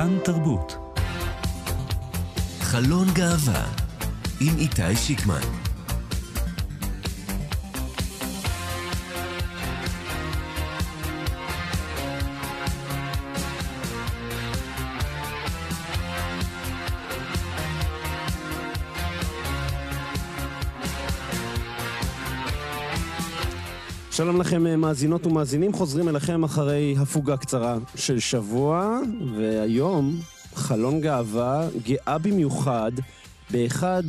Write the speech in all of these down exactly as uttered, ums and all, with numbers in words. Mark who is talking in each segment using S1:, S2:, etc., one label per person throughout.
S1: כאן תרבות.
S2: חלון גאווה עם איתי שיקמן.
S3: שלום לכם מאזינות ומאזינים, חוזרים אליכם אחרי הפוגה קצרה של שבוע, והיום חלון גאווה גאה במיוחד באחד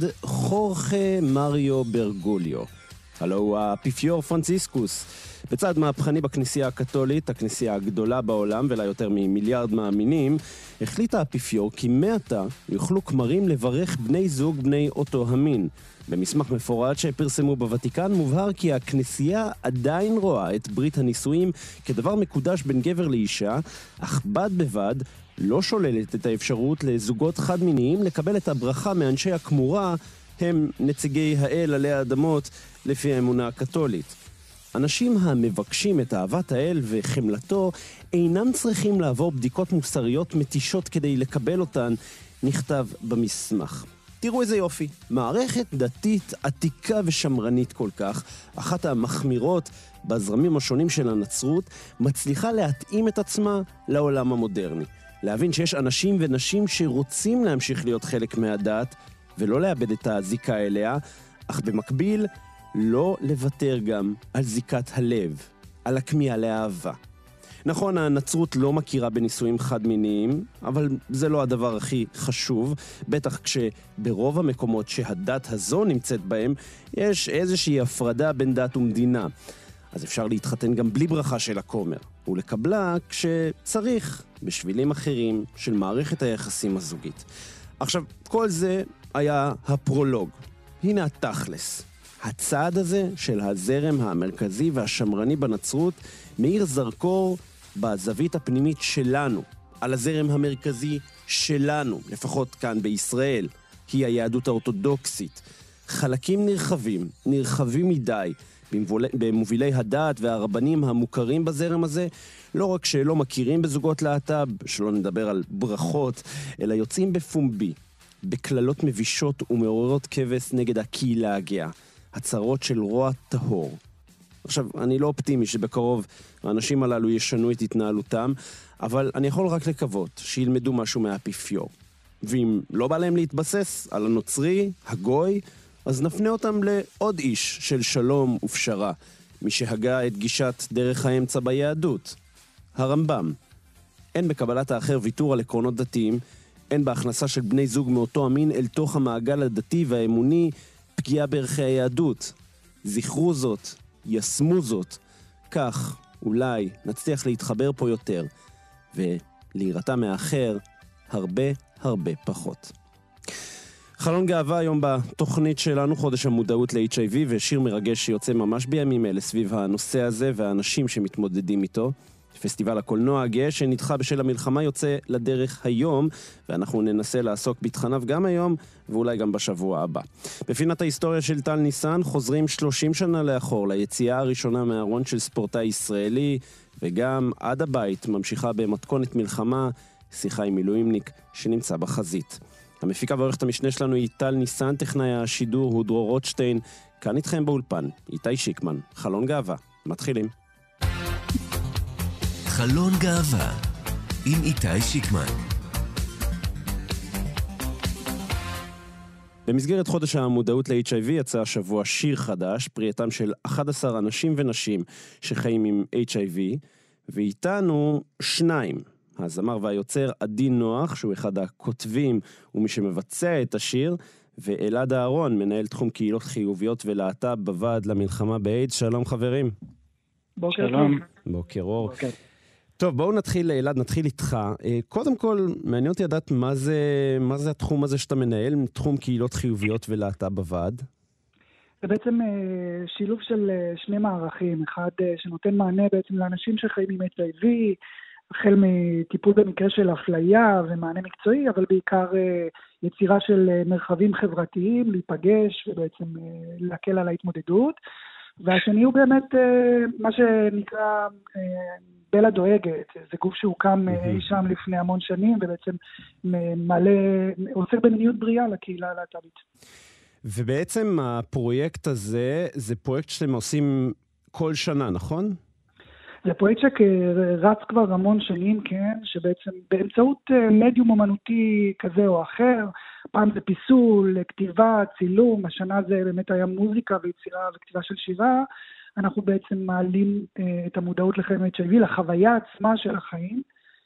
S3: חורכה מריו ברגוליו. הלו הוא האפיפיור פרנציסקוס. בצד מהפכני בכנסייה הקתולית, הכנסייה הגדולה בעולם ולה יותר ממיליארד מאמינים, החליט האפיפיור כי מעתה יוכלו כמרים לברך בני זוג בני אותו המין. במסמך מפורט שפרסמו בוותיקן מובהר כי הכנסייה עדיין רואה את ברית הנישואים כדבר מקודש בין גבר לאישה, אך בד בבד לא שוללת את האפשרות לזוגות חד-מיניים לקבל את הברכה מאנשי הכמורה, הם נציגי האל עלי האדמות לפי האמונה הקתולית. אנשים המבקשים את אהבת האל וחמלתו אינם צריכים לעבור בדיקות מוסריות מתישות כדי לקבל אותן, נכתב במסמך. תראו איזה יופי, מערכת דתית עתיקה ושמרנית כל כך, אחת המחמירות בזרמים השונים של הנצרות, מצליחה להתאים את עצמה לעולם המודרני. להבין שיש אנשים ונשים שרוצים להמשיך להיות חלק מהדת, ולא לאבד את הזיקה אליה, אך במקביל לא לוותר גם על זיקת הלב, על הכמיהה לאהבה. נכון, הנצרות לא מכירה בנישואים חד-מיניים, אבל זה לא הדבר הכי חשוב, בטח כשברוב המקומות שהדת הזו נמצאת בהם, יש איזושהי הפרדה בין דת ומדינה. אז אפשר להתחתן גם בלי ברכה של הכומר, ולקבלה כשצריך, בשבילים אחרים של מערכת היחסים הזוגית. עכשיו, כל זה היה הפרולוג. הנה התכלס. הצעד הזה של הזרם המרכזי והשמרני בנצרות מאיר זרקור בזווית הפנימית שלנו, על הזרם המרכזי שלנו, לפחות כאן בישראל, היא היהדות האורתודוקסית. חלקים נרחבים, נרחבים מדי, במובילי הדת והרבנים המוכרים בזרם הזה, לא רק שלא מכירים בזוגות להט"ב, שלא נדבר על ברכות, אלא יוצאים בפומבי, בכללות מבישות ומעוררות כבש נגד הקהילה הגאה. הצהרות של רוע טהור. עכשיו, אני לא אופטימי שבקרוב האנשים הללו ישנו את התנהלותם, אבל אני יכול רק לקוות שילמדו משהו מהאפיפיור. ואם לא בא להם להתבסס על הנוצרי, הגוי, אז נפנה אותם לעוד איש של שלום ופשרה, מי שהגה את גישת דרך האמצע ביהדות, הרמב"ם. אין בקבלת האחר ויתור על עקרונות דתיים, אין בהכנסה של בני זוג מאותו המין אל תוך המעגל הדתי והאמוני, פגיעה בערכי היהדות. זכרו זאת, ישמו זאת, כך אולי נצליח להתחבר פה יותר, ולהירתע מאחר הרבה הרבה פחות. חלון גאווה היום בתוכנית שלנו, חודש המודעות ל-אייץ' איי וי, ושיר מרגש שיוצא ממש בימים אלה סביב הנושא הזה והאנשים שמתמודדים איתו. פסטיבל הקולנוע הגאה שנדחה בשל המלחמה יוצא לדרך היום, ואנחנו ננסה לעסוק בתכניו גם היום ואולי גם בשבוע הבא. בפינת ההיסטוריה של טל ניסן חוזרים שלושים שנה לאחור ליציאה הראשונה מהארון של ספורטאי ישראלי, וגם עד הבית ממשיכה במתכונת מלחמה, שיחה עם מילואימניק שנמצא בחזית. המפיקה ועורכת המשנה שלנו היא טל ניסן, טכנאי השידור הוא דרור רוטשטיין, כאן איתכם באולפן, איתי שיקמן, חלון גאווה, מתחילים.
S2: חלון גאווה עם איתי שיקמן.
S3: במסגרת חודש המודעות ל-אייץ' איי וי יצא השבוע שיר חדש, פרייתם של אחד עשר אנשים ונשים שחיים עם אייץ' איי וי, ואיתנו שניים. הזמר והיוצר עדי נוח, שהוא אחד הכותבים ומי שמבצע את השיר, ואלעד אהרון, מנהל תחום קהילות חיוביות ולהט"ב בוועד למלחמה באיידס. שלום חברים.
S4: בוקר שלום.
S3: בוקר אור. טוב, בואו נתחיל, אלעד, נתחיל איתך. קודם כל, מעניין אותי לדעת מה זה, מה זה התחום הזה שאתה מנהל, תחום קהילות חיוביות ולהט"ב בוועד?
S4: זה בעצם שילוב של שני מערכים, אחד שנותן מענה בעצם לאנשים שחיים עם אייץ' איי וי, החל מטיפול במקרה של אפליה ומענה מקצועי, אבל בעיקר יצירה של מרחבים חברתיים, להיפגש ובעצם להקל על ההתמודדות. והשני הוא באמת מה שנקרא בלה דואגת, זה גוף שהוקם אי שם לפני המון שנים, ובעצם מעלה, עוסק במיניות בריאה לקהילה הלהט"בית.
S3: ובעצם הפרויקט הזה, זה פרויקט שאתם עושים כל שנה, נכון?
S4: זה פרויקט שרץ כבר המון שנים, כן, שבעצם באמצעות מדיום אומנותי כזה או אחר, פעם זה פיסול, כתיבה, צילום, השנה זה באמת היה מוזיקה ויצירה וכתיבה של שירה, אנחנו בעצם מעלים את המודעות לחיים אייץ' איי וי, לחוויה עצמה של החיים,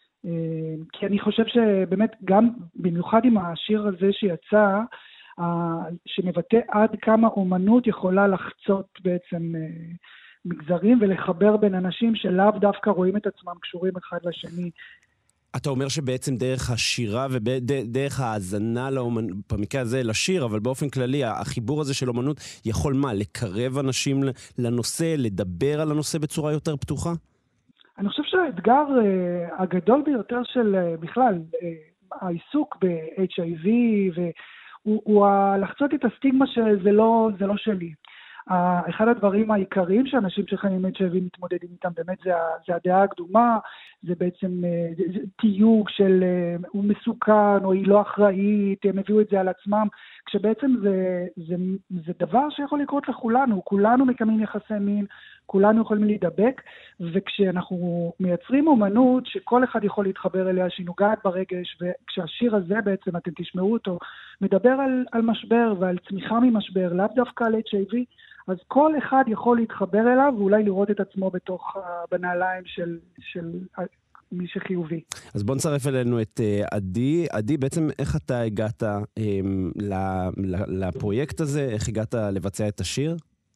S4: כי אני חושב שבאמת גם במיוחד עם השיר הזה שיצא, שמבטא עד כמה אומנות יכולה לחצות בעצם מגזרים ולחבר בין אנשים שלאו דווקא רואים את עצמם קשורים אחד לשני.
S3: אתה אומר שבעצם דרך השירה ודרך ההאזנה לאומנות, במקרה הזה לשיר, אבל באופן כללי, החיבור הזה של אומנות יכול מה? לקרב אנשים לנושא, לדבר על הנושא בצורה יותר פתוחה?
S4: אני חושב שהאתגר uh, הגדול ביותר של uh, בכלל, uh, העיסוק ב-אייץ' איי וי, הוא, הוא לחצות את הסטיגמה שזה לא, זה לא שלי. אחד הדברים העיקריים שאנשים שחיים עם אייץ' איי וי מתמודדים איתם באמת זה, זה הדעה הקדומה, זה בעצם זה, זה תיוג של הוא מסוכן או היא לא אחראית, הם הביאו את זה על עצמם, כשבעצם זה, זה, זה דבר שיכול לקרות לכולנו, כולנו מקיימים יחסי מין, כולנו יכולים להידבק, וכשאנחנו מייצרים אומנות שכל אחד יכול להתחבר אליה, שהיא נוגעת ברגש, וכשהשיר הזה בעצם, אתם תשמעו אותו, מדבר על, על משבר ועל צמיחה ממשבר, לאו דווקא על אייץ' איי וי, אז כל אחד יכול להתחבר אליו, ואולי לראות את עצמו בתוך בנעליים של, של מי שחיובי.
S3: אז בוא נצרף אלינו את עדי. עדי, בעצם איך אתה הגעת אמ, לפרויקט הזה? איך הגעת לבצע את השיר?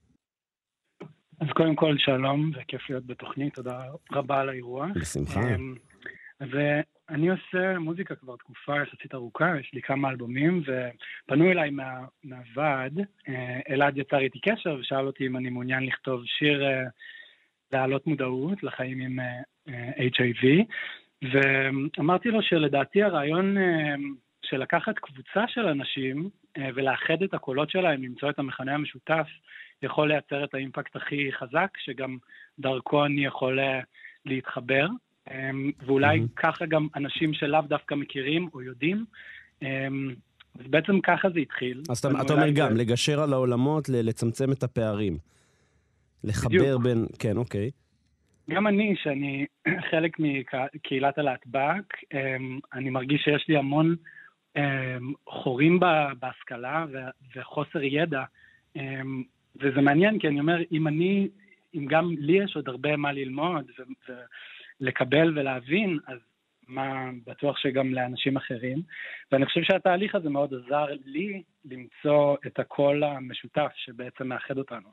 S1: אז קודם כל שלום, וכיף להיות בתוכנית, תודה רבה על האירוע.
S3: בשמחה.
S1: אז אני עושה מוזיקה כבר תקופה יחסית ארוכה, יש לי כמה אלבומים, ופנו אליי מה, מהוועד, אלעד יצר איתי קשר, ושאל אותי אם אני מעוניין לכתוב שיר להעלות מודעות לחיים עם אייץ' איי וי, ואמרתי לו שלדעתי הרעיון של לקחת קבוצה של אנשים, ולאחד את הקולות שלהם, למצוא את המכנה המשותף, יכול לייצר את האימפקט הכי חזק, שגם דרכו אני יכול להתחבר, ואולי mm-hmm. ככה גם אנשים שלאו דווקא מכירים או יודעים, אז בעצם ככה זה התחיל.
S3: אז אתה, אתה אומר גם, זה... לגשר על העולמות, לצמצם את הפערים. לחבר בדיוק. בין... כן, אוקיי.
S1: גם אני, שאני חלק מקהילת הלהטב"ק, אני מרגיש שיש לי המון חורים בהשכלה וחוסר ידע, וזה מעניין, כי אני אומר, אם אני, אם גם לי יש עוד הרבה מה ללמוד ולקבל ולהבין, אז מה בטוח שגם לאנשים אחרים. ואני חושב שהתהליך הזה מאוד עזר לי למצוא את הקול המשותף שבעצם מאחד אותנו.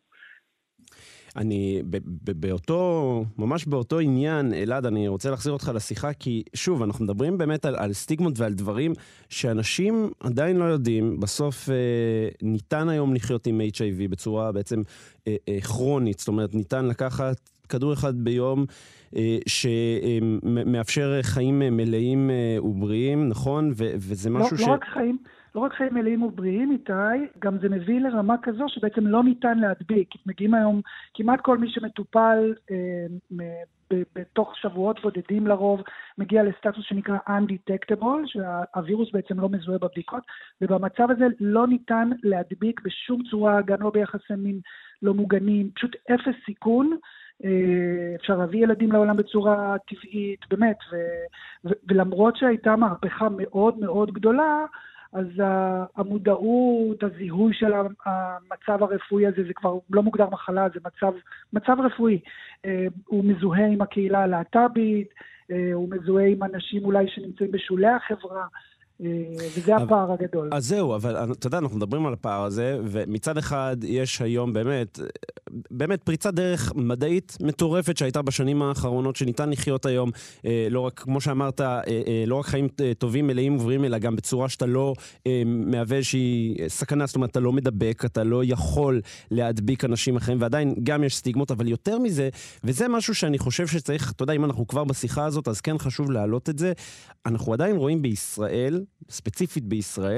S3: אני, באותו, ממש באותו עניין, אלעד, אני רוצה להחזיר אותך לשיחה, כי שוב, אנחנו מדברים באמת על, על סטיגמות ועל דברים שאנשים עדיין לא יודעים. בסוף אה, ניתן היום לחיות עם אייץ' איי וי בצורה בעצם אה, אה, כרונית, זאת אומרת, ניתן לקחת כדור אחד ביום אה, שמאפשר חיים מלאים אה, ובריאים, נכון? ו, וזה משהו
S4: לא,
S3: ש...
S4: לא רק חיים... לא רק חיים מלאים ובריאים איתי, גם זה מביא לרמה כזו שבעצם לא ניתן להדביק. מגיעים היום כמעט כל מי שמטופל אה, ב- בתוך שבועות בודדים לרוב, מגיע לסטטוס שנקרא undetectable, שהווירוס בעצם לא מזוהה בבדיקות, ובמצב הזה לא ניתן להדביק בשום צורה, גם לא ביחסי מין לא מוגנים, פשוט אפס סיכון, אה, אפשר להביא ילדים לעולם בצורה טבעית, באמת, ו- ו- ולמרות שהייתה מהפכה מאוד מאוד גדולה, אז המודעות, הזיהוי של המצב הרפואי הזה, זה כבר לא מוגדר מחלה, זה מצב, מצב רפואי. הוא מזוהה עם הקהילה הלהט"בית, הוא מזוהה עם אנשים אולי שנמצאים בשולי החברה, וזה הפער הגדול.
S3: אז זהו, אבל אתה יודע, אנחנו מדברים על הפער הזה, ומצד אחד יש היום באמת, באמת פריצת דרך מדעית מטורפת שהייתה בשנים האחרונות, שניתן לחיות היום, לא רק, כמו שאמרת, לא רק חיים טובים, מלאים ובריאים, אלא גם בצורה שאתה לא מהווה איזושהי סכנה, זאת אומרת, אתה לא מדבק, אתה לא יכול להדביק אנשים אחרים, ועדיין גם יש סטיגמות, אבל יותר מזה, וזה משהו שאני חושב שצריך, אתה יודע, אם אנחנו כבר בשיחה הזאת, אז כן חשוב להעלות את זה, אנחנו עדיין רואים בישראל, ספציפית בישראל,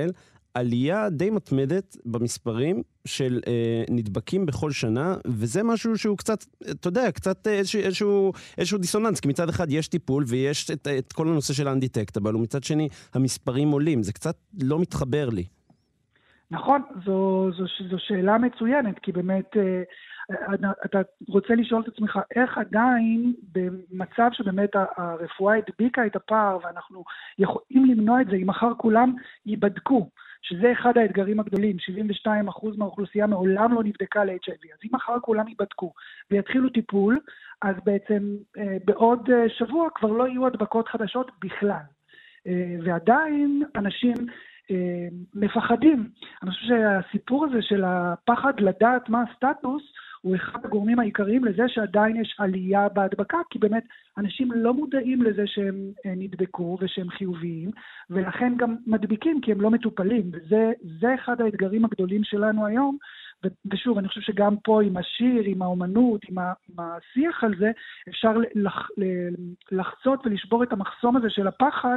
S3: עלייה די מתמדת במספרים של אה, נדבקים בכל שנה, וזה משהו שהוא קצת, אתה יודע, קצת איזשהו, איזשהו, איזשהו דיסוננס, כי מצד אחד יש טיפול ויש את, את כל הנושא של האנדיטקטבל, ומצד שני המספרים עולים, זה קצת לא מתחבר לי.
S4: נכון, זו, זו, זו שאלה מצוינת, כי באמת אה, אתה רוצה לשאול את עצמך איך עדיין במצב שבאמת הרפואה הדביקה את הפער, ואנחנו יכולים למנוע את זה, אם מחר כולם ייבדקו, שזה אחד האתגרים הגדולים, שבעים ושתיים אחוז מהאוכלוסייה מעולם לא נבדקה ל-אייץ' איי וי, אז אם מחר כולם ייבדקו ויתחילו טיפול, אז בעצם אה, בעוד אה, שבוע כבר לא יהיו הדבקות חדשות בכלל. אה, ועדיין אנשים אה, מפחדים. אני חושב שהסיפור הזה של הפחד לדעת מה הסטטוס, הוא אחד הגורמים העיקריים לזה שעדיין יש עלייה בהדבקה, כי באמת אנשים לא מודעים לזה שהם נדבקו ושהם חיוביים, ולכן גם מדביקים כי הם לא מטופלים, וזה זה אחד האתגרים הגדולים שלנו היום, ושוב, אני חושב שגם פה עם השיר, עם האומנות, עם, ה, עם השיח על זה, אפשר לח, לחצות ולשבור את המחסום הזה של הפחד,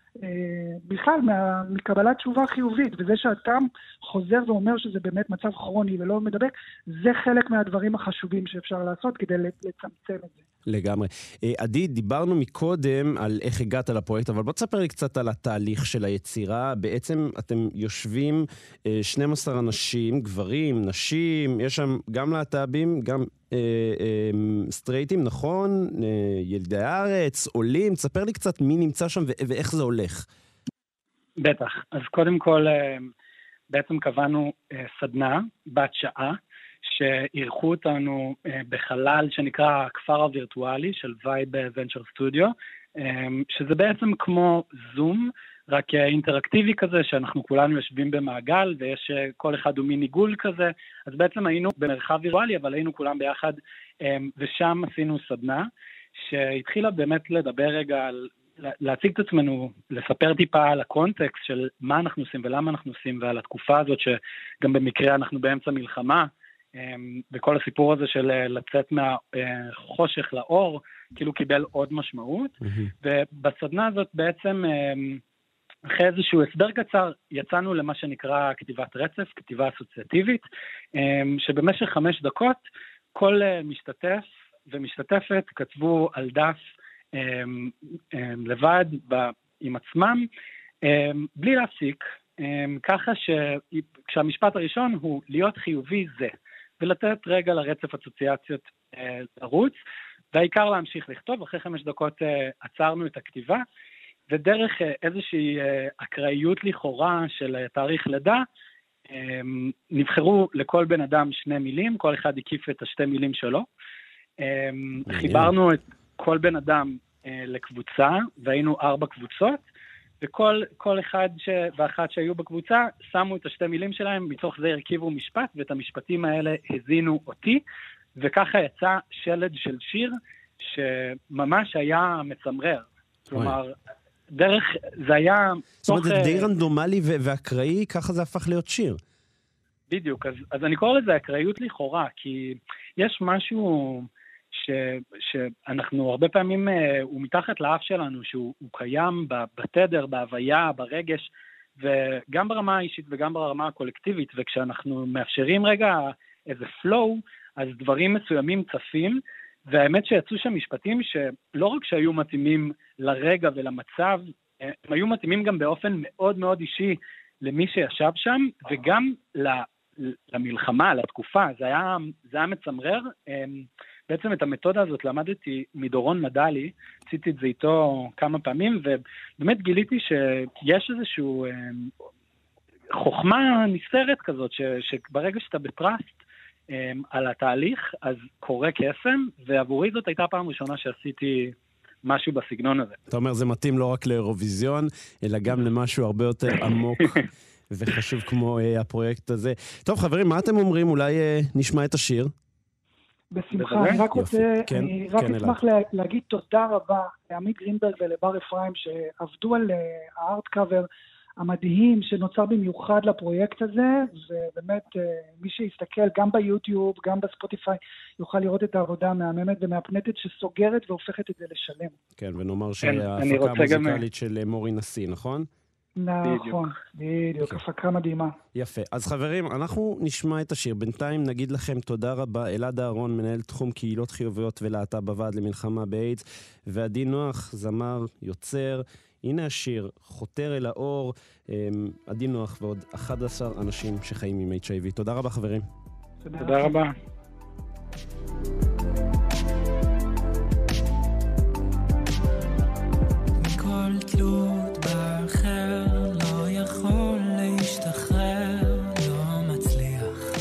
S4: בכלל מקבלת תשובה חיובית, וזה שאתה חוזר ואומר שזה באמת מצב כרוני ולא מדבק, זה חלק מהדברים החשובים שאפשר לעשות כדי לצמצם את זה.
S3: לגמרי. עדי, דיברנו מקודם על איך הגעת לפרויקט, אבל בוא תספר לי קצת על התהליך של היצירה. בעצם אתם יושבים שנים עשר אנשים, גברים, נשים, יש שם גם להט"בים, גם אה, אה, סטרייטים, נכון? אה, ילידי הארץ, עולים. תספר לי קצת מי נמצא שם ו- ואיך זה הולך.
S1: בטח. אז קודם כל, בעצם קבענו סדנה בת שעה, שאירחו אותנו בחלל שנקרא הכפר הווירטואלי של וייב ונצ'ר סטודיו, שזה בעצם כמו זום, רק אינטראקטיבי כזה, שאנחנו כולנו יושבים במעגל, ויש כל אחד הוא מיני גול כזה, אז בעצם היינו במרחב וירטואלי, אבל היינו כולם ביחד, ושם עשינו סדנה, שהתחילה באמת לדבר רגע על, להציג את עצמנו, לספר טיפה על הקונטקסט של מה אנחנו עושים ולמה אנחנו עושים, ועל התקופה הזאת שגם במקרה אנחנו באמצע מלחמה, וכל הסיפור הזה של לצאת מהחושך לאור, כאילו קיבל עוד משמעות, ובסדנה הזאת בעצם, אחרי איזשהו הסבר קצר, יצאנו למה שנקרא כתיבת רצף, כתיבה אסוציאטיבית, שבמשך חמש דקות, כל משתתף ומשתתפת כתבו על דף לבד עם עצמם, בלי להפסיק, ככה שכשהמשפט הראשון הוא להיות חיובי זה, ולתת רגע לרצף אסוציאציות לרוץ, והעיקר להמשיך לכתוב. אחרי חמש דקות עצרנו את הכתיבה, ודרך איזושהי אקראיות לכאורה של תאריך לידה, נבחרו לכל בן אדם שני מילים, כל אחד הקיף את השתי מילים שלו. חיברנו את כל בן אדם לקבוצה, והיינו ארבע קבוצות, וכל כל אחד ש... ואחת שהיו בקבוצה, שמו את השתי מילים שלהם, מתוך זה הרכיבו משפט, ואת המשפטים האלה הזינו אותי, וככה יצא שלד של שיר, שממש היה מצמרר. כלומר, דרך, זה היה...
S3: זאת אומרת, זה די רנדומלי ואקראי, ככה זה הפך להיות שיר.
S1: בדיוק, אז, אז אני קורא לזה אקראיות לכאורה, כי יש משהו... ש, שאנחנו הרבה פעמים, הוא מתחת לאף שלנו, שהוא קיים בתדר, בהוויה, ברגש, וגם ברמה האישית וגם ברמה הקולקטיבית, וכשאנחנו מאפשרים רגע איזה flow, אז דברים מסוימים צפים, והאמת שיצאו שם משפטים שלא רק שהיו מתאימים לרגע ולמצב, הם היו מתאימים גם באופן מאוד מאוד אישי למי שישב שם, וגם למלחמה, לתקופה. זה היה, זה היה מצמרר. בעצם את המתודה הזאת למדתי מדורון מדלי, עשיתי את זה איתו כמה פעמים, ובאמת גיליתי שיש איזשהו חוכמה נסתרת כזאת, שברגע שאתה בטרסט על התהליך, אז קורה קסם, ועבורי זאת הייתה פעם ראשונה שעשיתי משהו בסגנון הזה.
S3: אתה אומר, זה מתאים לא רק לאירוויזיון, אלא גם למשהו הרבה יותר עמוק וחשוב כמו הפרויקט הזה. טוב, חברים, מה אתם אומרים? אולי נשמע את השיר?
S4: בשמחה, אני רק רוצה, אני רק אשמח להגיד תודה רבה לעמית גרינברג ולבר אפרים שעבדו על הארט קאבר המדהים שנוצר במיוחד לפרויקט הזה, ובאמת מי שיסתכל גם ביוטיוב, גם בספוטיפיי, יוכל לראות את העבודה המהממת ומהפנטת שסוגרת והופכת את זה לשלם.
S3: כן, ונאמר שההפקה המוזיקלית של מורי נשיא, נכון?
S4: נכון, בדיוק, הפקה מדהימה.
S3: יפה. אז חברים, אנחנו נשמע את השיר. בינתיים נגיד לכם תודה רבה. אלעד אהרון, מנהל תחום קהילות חיוביות ולהט"ב בוועד למלחמה באיידס, ועדי נוח, זמר, יוצר. הנה השיר, חותר אל האור. עדי נוח ועוד אחד עשר אנשים שחיים עם אייץ' איי וי. תודה רבה חברים.
S1: תודה רבה.
S5: מכל תלות באחר לא יכול להשתחרר, לא מצליח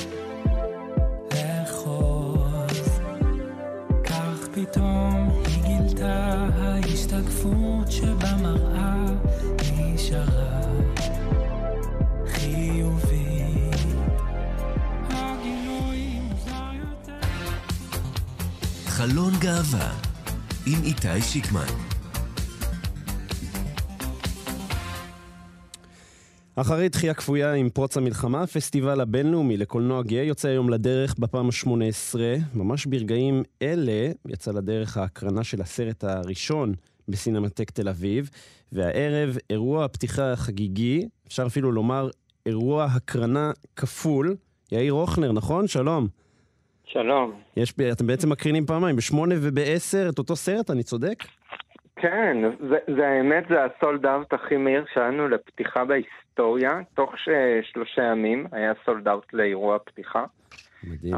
S5: לחוז. כך פתאום היא גילתה ההשתקפות שבמראה נשארה חיובית. הגילוי מוזר יותר.
S2: חלון גאווה עם איתי שיקמן.
S3: אחרי דחייה כפויה עם פרוץ המלחמה, הפסטיבל הבינלאומי לקולנוע גאה יוצא היום לדרך בפעם ה-שמונה עשרה. ממש ברגעים אלה יצא לדרך ההקרנה של הסרט הראשון בסינמטק תל אביב, והערב אירוע הפתיחה החגיגי, אפשר אפילו לומר אירוע הקרנה כפול. יאיר רוחנר, נכון? שלום.
S6: שלום.
S3: יש, אתם בעצם מקרינים פעמיים, בשמונה ובעשר את אותו סרט, אני צודק?
S6: כן, זה, זה האמת, זה הסולד אאוט הכי מהיר שלנו לפתיחה בהיסטוריה. תוך שלושה ימים היה סולד אאוט לאירוע פתיחה.
S3: מדהים.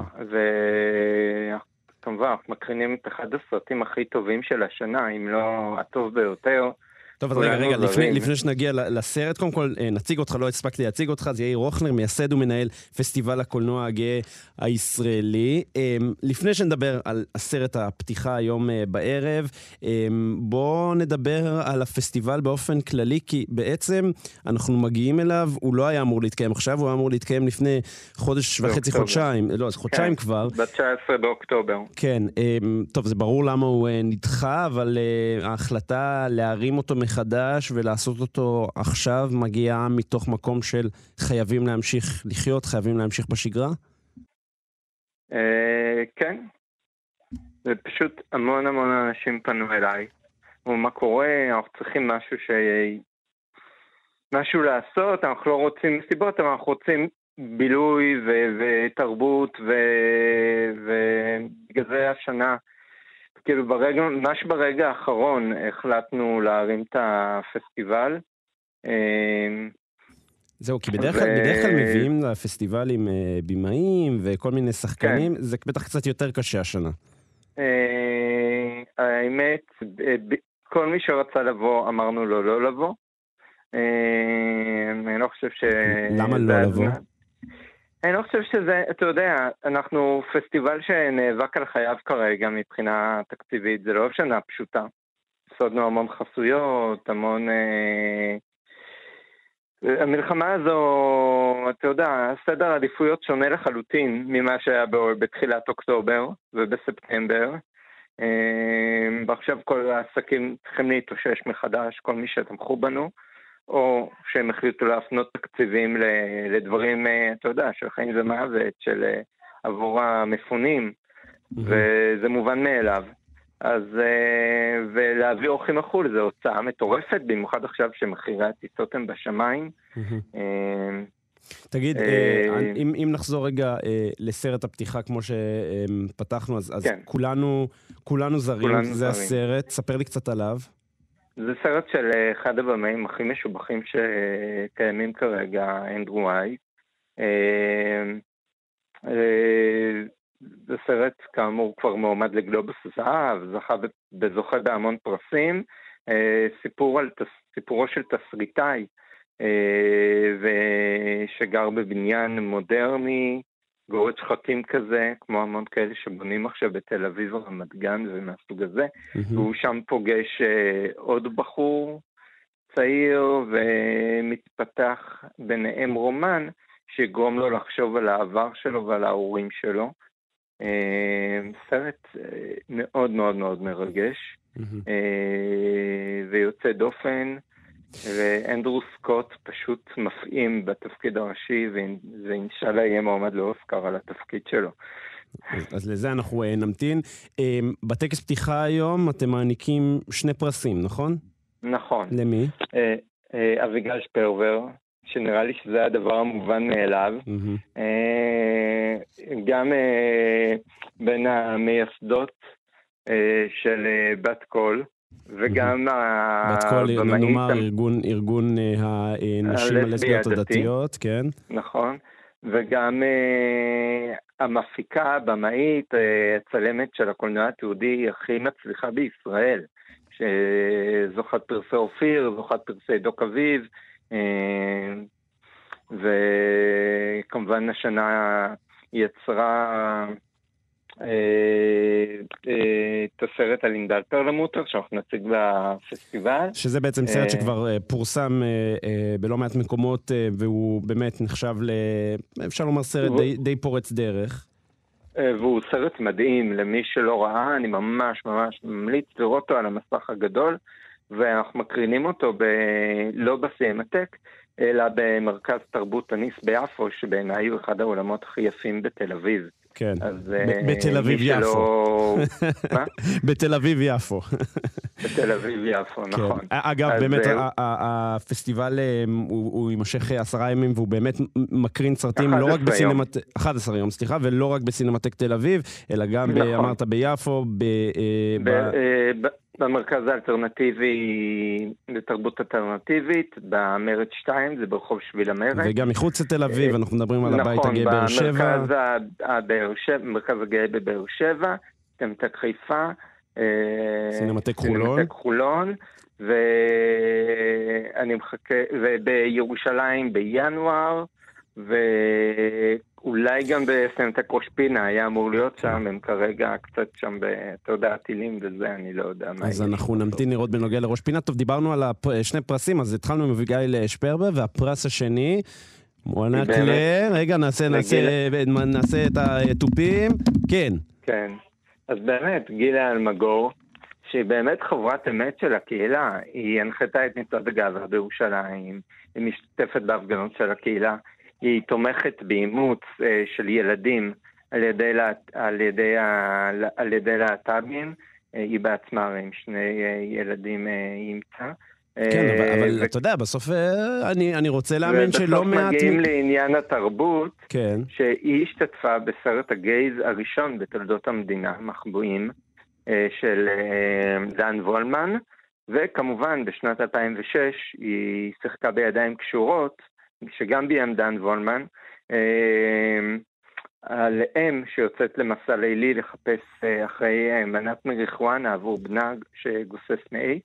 S6: וכמובן, מקרינים את אחד הסרטים הכי טובים של השנה, אם לא הטוב ביותר.
S3: טוב, אז רגע, רגע, לפני, לפני שנגיע לסרט, קודם כל נציג אותך, לא הספקתי להציג אותך, זה יאיר רוחנר, מייסד ומנהל פסטיבל הקולנוע הגאה הישראלי. לפני שנדבר על הסרט הפתיחה היום בערב, בואו נדבר על הפסטיבל באופן כללי, כי בעצם אנחנו מגיעים אליו, הוא לא היה אמור להתקיים עכשיו, הוא היה אמור להתקיים לפני חודש וחצי, חודשיים, לא, אז חודשיים כבר.
S6: ב-תשעה עשרה באוקטובר.
S3: כן, טוב, זה ברור למה הוא נדחה, אבל ההחלטה להרים אותו מחדש ולעשות אותו עכשיו מגיעה מתוך מקום של חייבים להמשיך לחיות, חייבים להמשיך בשגרה?
S6: כן. זה פשוט המון המון אנשים פנו אליי. ומה קורה? אנחנו צריכים משהו ש... משהו לעשות, אנחנו לא רוצים מסיבות, אבל אנחנו רוצים בילוי ו- ותרבות ו- ובגלל זה השנה כאילו ברגע, ממש ברגע האחרון החלטנו להרים את הפסטיבל.
S3: זהו, כי בדרך כלל, בדרך כלל מביאים לפסטיבלים בימאים וכל מיני שחקנים, זה בטח קצת יותר קשה השנה.
S6: האמת, כל מי שרצה לבוא אמרנו לו לא לבוא. אני לא חושב ש...
S3: למה לא לבוא?
S6: אני לא חושב שזה, אתה יודע, אנחנו פסטיבל שנאבק על חייו כרגע מבחינה תקציבית, זה לא שנה פשוטה. סודנו המון חסויות, המון... אה, המלחמה הזו, אתה יודע, סדר העדיפויות שונה לחלוטין ממה שהיה בתחילת אוקטובר ובספטמבר. אה, ועכשיו כל העסקים צריכים להתאושש מחדש, כל מי שתמכו בנו. או שהם החליטו להפנות תקציבים לדברים, אתה יודע, של חיים ומוות, של עבור המפונים, וזה מובן מאליו. אז, ולהביא אורחים מחול, זו הוצאה מטורפת, במיוחד עכשיו שמחירי הטיסות הם בשמיים.
S3: תגיד, אם נחזור רגע לסרט הפתיחה, כמו שפתחנו, אז כולנו זרים, זה הסרט, ספר לי קצת עליו.
S6: זה סרט של אחד הבמאים הכי משובחים שקיימים כרגע, אנדרו וייט. זה סרט כאמור כבר מועמד לגלובוס הזהב, זכה בזוכה בהמון פרסים, סיפור על, סיפורו של תסריטאי, ושגר בבניין מודרני, גורד שחקים כזה, כמו המון כאלה שבונים עכשיו בתל אביב או רמת גן ומהסוג הזה, mm-hmm. והוא שם פוגש uh, עוד בחור צעיר ומתפתח ביניהם רומן שיגרום לו לחשוב על העבר שלו ועל ההורים שלו. Uh, סרט uh, מאוד מאוד מאוד מרגש mm-hmm. uh, ויוצא דופן, ואנדרו סקוט פשוט מפעים בתפקיד הראשי, ואינשאללה יהיה מועמד לאוסקר על התפקיד שלו.
S3: אז לזה אנחנו נמתין. בטקס פתיחה היום אתם מעניקים שני פרסים, נכון?
S6: נכון.
S3: למי?
S6: אביגל שפרבר, שנראה לי שזה הדבר המובן מאליו. Mm-hmm. גם בין המייסדות של בת קול, וגם
S3: בת קול, נאמר, ארגון, ארגון הנשים הלסביות הדתיות, כן.
S6: נכון. וגם המפיקה, במאית, הצלמת של הקולנוע התיעודי הכי מצליחה בישראל, שזוכת פרסי אופיר, זוכת פרסי דוק אביב, וכמובן השנה יצרה את הסרט על ענבל פרלמוטר, שאנחנו נציג בפסטיבל.
S3: שזה בעצם סרט שכבר פורסם בלא מעט מקומות, והוא באמת נחשב, אפשר לומר, סרט די פורץ דרך.
S6: והוא סרט מדהים, למי שלא ראה, אני ממש ממש ממליץ לראות אותו על המסך הגדול, ואנחנו מקרינים אותו ב... לא בסיימטק, אלא במרכז תרבות הניס ביפו, שבעיניי הוא אחד העולמות הכי יפים בתל אביב.
S3: כן, בתל אביב יפו.
S6: מה?
S3: בתל אביב יפו.
S6: בתל אביב יפו, נכון.
S3: אגב, באמת, הפסטיבל הוא יימשך עשרה ימים, והוא באמת מקרין סרטים לא רק בסינמטק, אחד עשר יום, סליחה, ולא רק בסינמטק תל אביב, אלא גם, אמרת, ביפו,
S6: במרכז האלטרנטיבי, לתרבות אלטרנטיבית, במרד שתיים, זה ברחוב שביל המרד.
S3: וגם מחוץ לתל אביב, אנחנו מדברים על הבית הגאה באר שבע.
S6: נכון, במרכז הגאה בבאר שבע, סינמטק חיפה,
S3: סינמטק חולון.
S6: סינמטק חולון, ואני מחכה, ובירושלים בינואר, ואולי גם בסינמטק ראש פינה היה אמור להיות שם, הם כרגע קצת שם בתודעה טילים וזה, אני לא יודע מה.
S3: אז אנחנו נמתין לראות בנוגע לראש פינה. טוב, דיברנו על שני פרסים, אז התחלנו עם אביגיל שפרבר, והפרס השני, מוענק ל... רגע, נעשה, נעשה, נעשה את הטופים. כן.
S6: כן. אז באמת, גילה אלמגור, שהיא באמת חברת אמת של הקהילה, היא הנחתה את מצעד הגאווה בירושלים, היא משתתפת בהפגנות של הקהילה, היא תומכת באימוץ אה, של ילדים על ידי, על ידי, על ידי להט"בים, אה, היא בעצמה עם שני אה, ילדים אה, אימצה.
S3: כן, אבל, אבל ו... אתה יודע, בסוף אני, אני רוצה להאמין שלא מעט...
S6: ובסוף מגיעים לעניין התרבות,
S3: כן.
S6: שהיא השתתפה בסרט הגייז הראשון בתולדות המדינה, מחבואים, של דן וולמן, וכמובן בשנת אלפיים ושש היא שיחקה בידיים קשורות, שגם ביים דן וולמן, על אם שיוצאת למסע לילי לחפש אחרי מנת מריחואנה עבור בנה שגוסס מאייץ,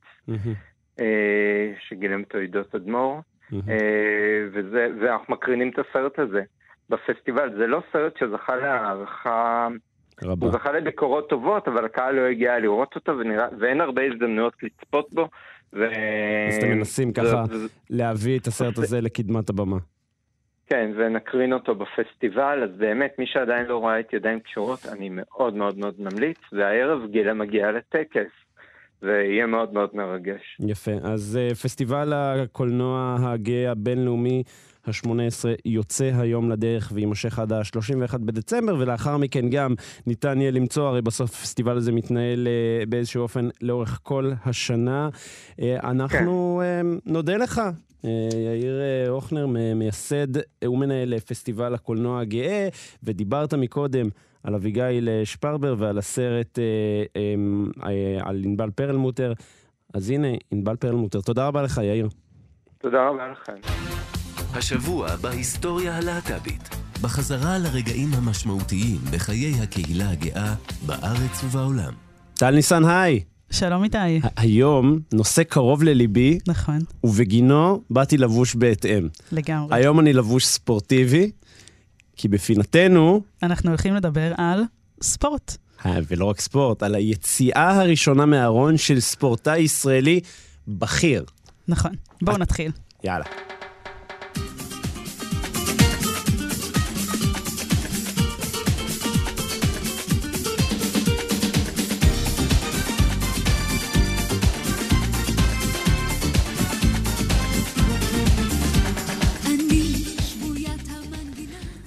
S6: שגילם את עדות אדמו"ר, וזה, ואנחנו מקרינים את הסרט הזה בפסטיבל. זה לא סרט שזכה להערכה, הוא זכה לביקורות טובות, אבל הקהל לא הגיע לראות אותו, ונראה, ואין הרבה הזדמנויות לצפות בו. ו...
S3: אז אתם מנסים ככה להביא את הסרט הזה לקדמת הבמה.
S6: כן, ונקרין אותו בפסטיבל, אז באמת, מי שעדיין לא רואה את ידיים קשורות, אני מאוד מאוד מאוד ממליץ, והערב גילה מגיעה לטקס, ויהיה מאוד מאוד מרגש.
S3: יפה, אז פסטיבל הקולנוע הגאה הבינלאומי ה-שמונה עשרה יוצא היום לדרך וימשך עד ה-שלושים ואחד בדצמבר, ולאחר מכן גם ניתן יהיה למצוא, הרי בסוף הפסטיבל הזה מתנהל באיזשהו אופן לאורך כל השנה. אנחנו כן. נודה לך, יאיר אוכנר, מייסד ומנהל פסטיבל הקולנוע הגאה, ודיברת מקודם על אביגיל שפרבר ועל הסרט על ענבל פרלמוטר. אז הנה, ענבל פרלמוטר. תודה רבה לך, יאיר.
S6: תודה רבה לכם.
S2: השבוע בהיסטוריה הלהט"בית. בחזרה לרגעים המשמעותיים בחיי הקהילה הגאה בארץ ובעולם.
S3: טל ניסן, היי.
S7: שלום איתי.
S3: היום נושא קרוב לליבי.
S7: נכון.
S3: ובגינו באתי לבוש בהתאם.
S7: לגמרי.
S3: היום אני לבוש ספורטיבי, כי בפינתנו...
S7: אנחנו הולכים לדבר על ספורט.
S3: ולא רק ספורט, על היציאה הראשונה מהארון של ספורטאי ישראלי בכיר.
S7: נכון. בואו נתחיל.
S3: יאללה.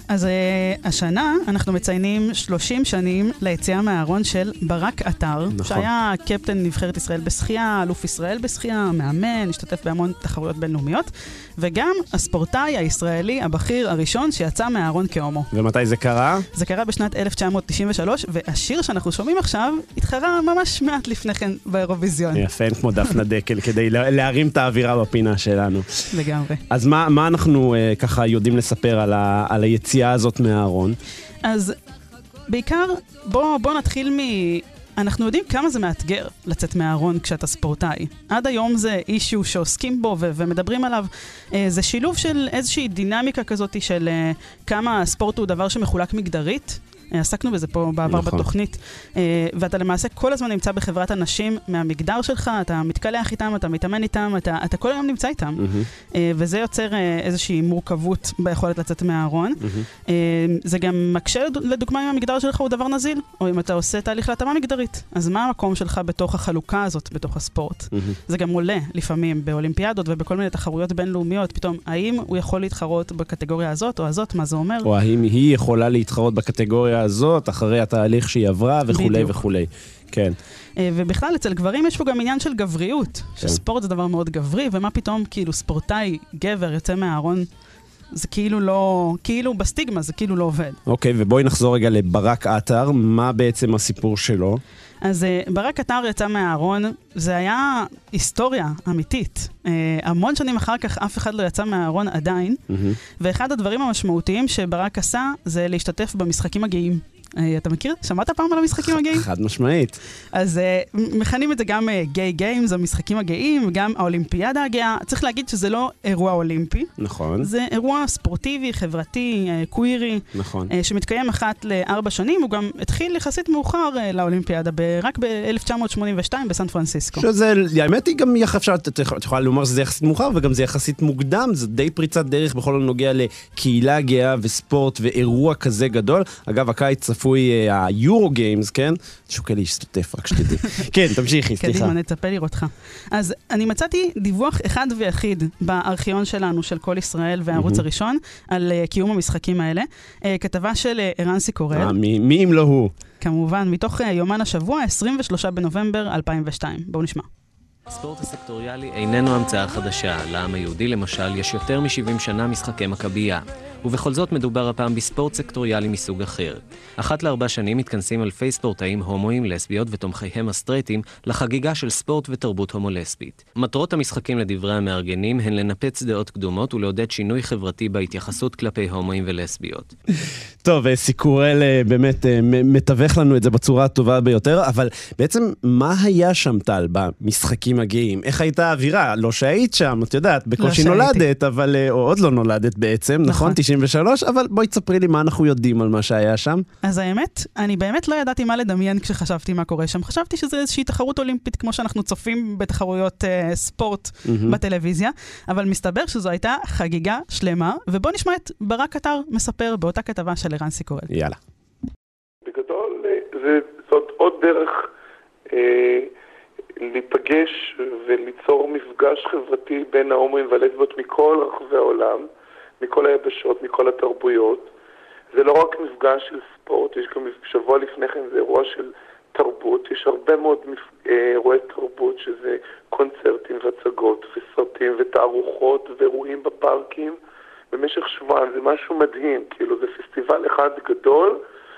S7: אז uh, השנה אנחנו מציינים שלושים שנים ליציאה מהארון של ברק עטר,
S3: נכון.
S7: שהיה קפטן נבחרת ישראל בשחייה, אלוף ישראל בשחייה, מאמן, השתתף בהמון תחרויות בינלאומיות, וגם הספורטאי הישראלי הבכיר הראשון שיצא מהארון כהומו.
S3: ומתי זה קרה?
S7: זה קרה בשנת אלף תשע מאות תשעים ושלוש, והשיר שאנחנו שומעים עכשיו התחרה ממש מעט לפני כן באירוויזיון.
S3: יפה, אין כמו דפנה דקל, כדי להרים את האווירה בפינה שלנו.
S7: לגמרי.
S3: אז מה, מה אנחנו uh, ככה יודעים לספר על, ה, על היציאה הזאת מהארון?
S7: אז בעיקר, בוא, בוא נתחיל מ... אנחנו יודעים כמה זה מאתגר לצאת מהארון כשאתה ספורטאי. עד היום זה אישיו שעוסקים בו ו- ומדברים עליו. אה, זה שילוב של איזושהי דינמיקה כזאת של אה, כמה הספורט הוא דבר שמחולק מגדרית. עסקנו בזה פה בעבר נכון. בתוכנית, ואתה למעשה כל הזמן נמצא בחברת אנשים מהמגדר שלך, אתה מתקלח איתם, אתה מתאמן איתם, אתה, אתה כל היום נמצא איתם, mm-hmm. וזה יוצר איזושהי מורכבות ביכולת לצאת מהארון. Mm-hmm. זה גם מקשה, לדוגמה, אם המגדר שלך הוא דבר נזיל, או אם אתה עושה תהליך להתאמה מגדרית, אז מה המקום שלך בתוך החלוקה הזאת, בתוך הספורט? Mm-hmm. זה גם עולה לפעמים באולימפיאדות ובכל מיני תחרויות בינלאומיות, פתאום, האם הוא יכול להתחרות בקטגוריה הזאת או הזאת, מה זה אומר?
S3: או האם היא יכולה להתחרות בקטגוריה הזאת, אחרי התהליך שהיא עברה וכולי וכולי. כן.
S7: ובכלל, אצל גברים יש פה גם עניין של גבריות, שספורט זה דבר מאוד גברי, ומה פתאום כאילו ספורטאי גבר יוצא מהארון, זה כאילו לא, כאילו בסטיגמה, זה כאילו לא עובד.
S3: אוקיי, ובואי נחזור רגע לברק עטר, מה בעצם הסיפור שלו?
S7: אז ברק עטר יצא מהארון, זה היה היסטוריה אמיתית. המון שנים אחר כך אף אחד לא יצא מהארון עדיין, ואחד הדברים המשמעותיים שברק עשה זה להשתתף במשחקים הגאים. אתה מכיר? שמעת פעם על המשחקים הגאים?
S3: חד משמעית.
S7: אז מכנים את זה גם גיי גיימס, המשחקים הגאים, גם האולימפיאדה הגאה. צריך להגיד שזה לא אירוע אולימפי.
S3: נכון.
S7: זה אירוע ספורטיבי, חברתי, קווירי,
S3: נכון.
S7: שמתקיים אחת לארבע שנים. הוא גם התחיל יחסית מאוחר לאולימפיאדה, רק ב-אלף תשע מאות שמונים ושתיים בסן פרנסיסקו. שזה, האמת היא גם יחסית, את יכולה לומר שזה יחסית מאוחר, וגם זה יחסית מוקדם, זה די פריצת דרך בכל הנוגע לקהילה גאה וספורט ואירוע כזה גדול. אגב, הקיץ צפוי היורו גיימס, כן? שוקל להשתתף, רק שתדעי. כן, תמשיכי, סליחה. קדימה, נצפה לראותך. אז אני מצאתי דיווח אחד ויחיד בארכיון שלנו, של כל ישראל והערוץ הראשון, על קיום המשחקים האלה. כתבה של ערנסי קורל.
S3: מי אם לא הוא?
S7: כמובן, מתוך יומן השבוע, עשרים ושלושה בנובמבר אלפיים ושתיים. בואו נשמע.
S8: הספורט הסקטוריאלי איננו המצאה חדשה. לעם היהודי למשל יש יותר מ-שבעים שנה משחקי מכבייה. ובכל זאת מדובר הפעם בספורט סקטוריאלי מסוג אחר. אחת לארבע שנים מתכנסים אלפי ספורטאים הומואים, לסביות ותומכיהם הסטרייטים לחגיגה של ספורט ותרבות הומו-לסבית. מטרות המשחקים לדברי המארגנים הן לנפץ דעות קדומות ולעודד שינוי חברתי בהתייחסות כלפי הומואים ולסביות.
S3: טוב, סיקורל באמת מתווך לנו את זה בצורה הטובה ביותר, אבל בעצם מה היה שם טל במשחקים הגאים? איך הייתה האווירה? לא שהיית שם, את יודעת, בקושי נולדת, אבל, או עוד לא נולדת בעצם, נכון? תשעים ושלוש, אבל בואי תספרי לי מה אנחנו יודעים על מה שהיה שם.
S7: אז האמת, אני באמת לא ידעתי מה לדמיין כשחשבתי מה קורה שם. חשבתי שזה איזושהי תחרות אולימפית, כמו שאנחנו צופים בתחרויות אה, ספורט mm-hmm. בטלוויזיה, אבל מסתבר שזו הייתה חגיגה שלמה, ובוא נשמע את ברק עטר מספר באותה כתבה של ערנסי קורל.
S3: יאללה.
S9: בגדול, זה, זאת עוד דרך אה, להיפגש וליצור מפגש חברתי בין ההומואים והלסביות מכל רחבי העולם, מכל היבשות, מכל התרבויות. זה לא רק מפגש של ספורט, יש גם שבוע לפני כן זה אירוע של תרבות, יש הרבה מאוד אירועי תרבות שזה קונצרטים והצגות וסרטים ותערוכות ואירועים בפארקים במשך שבועיים, זה משהו מדהים, כאילו זה פסטיבל אחד גדול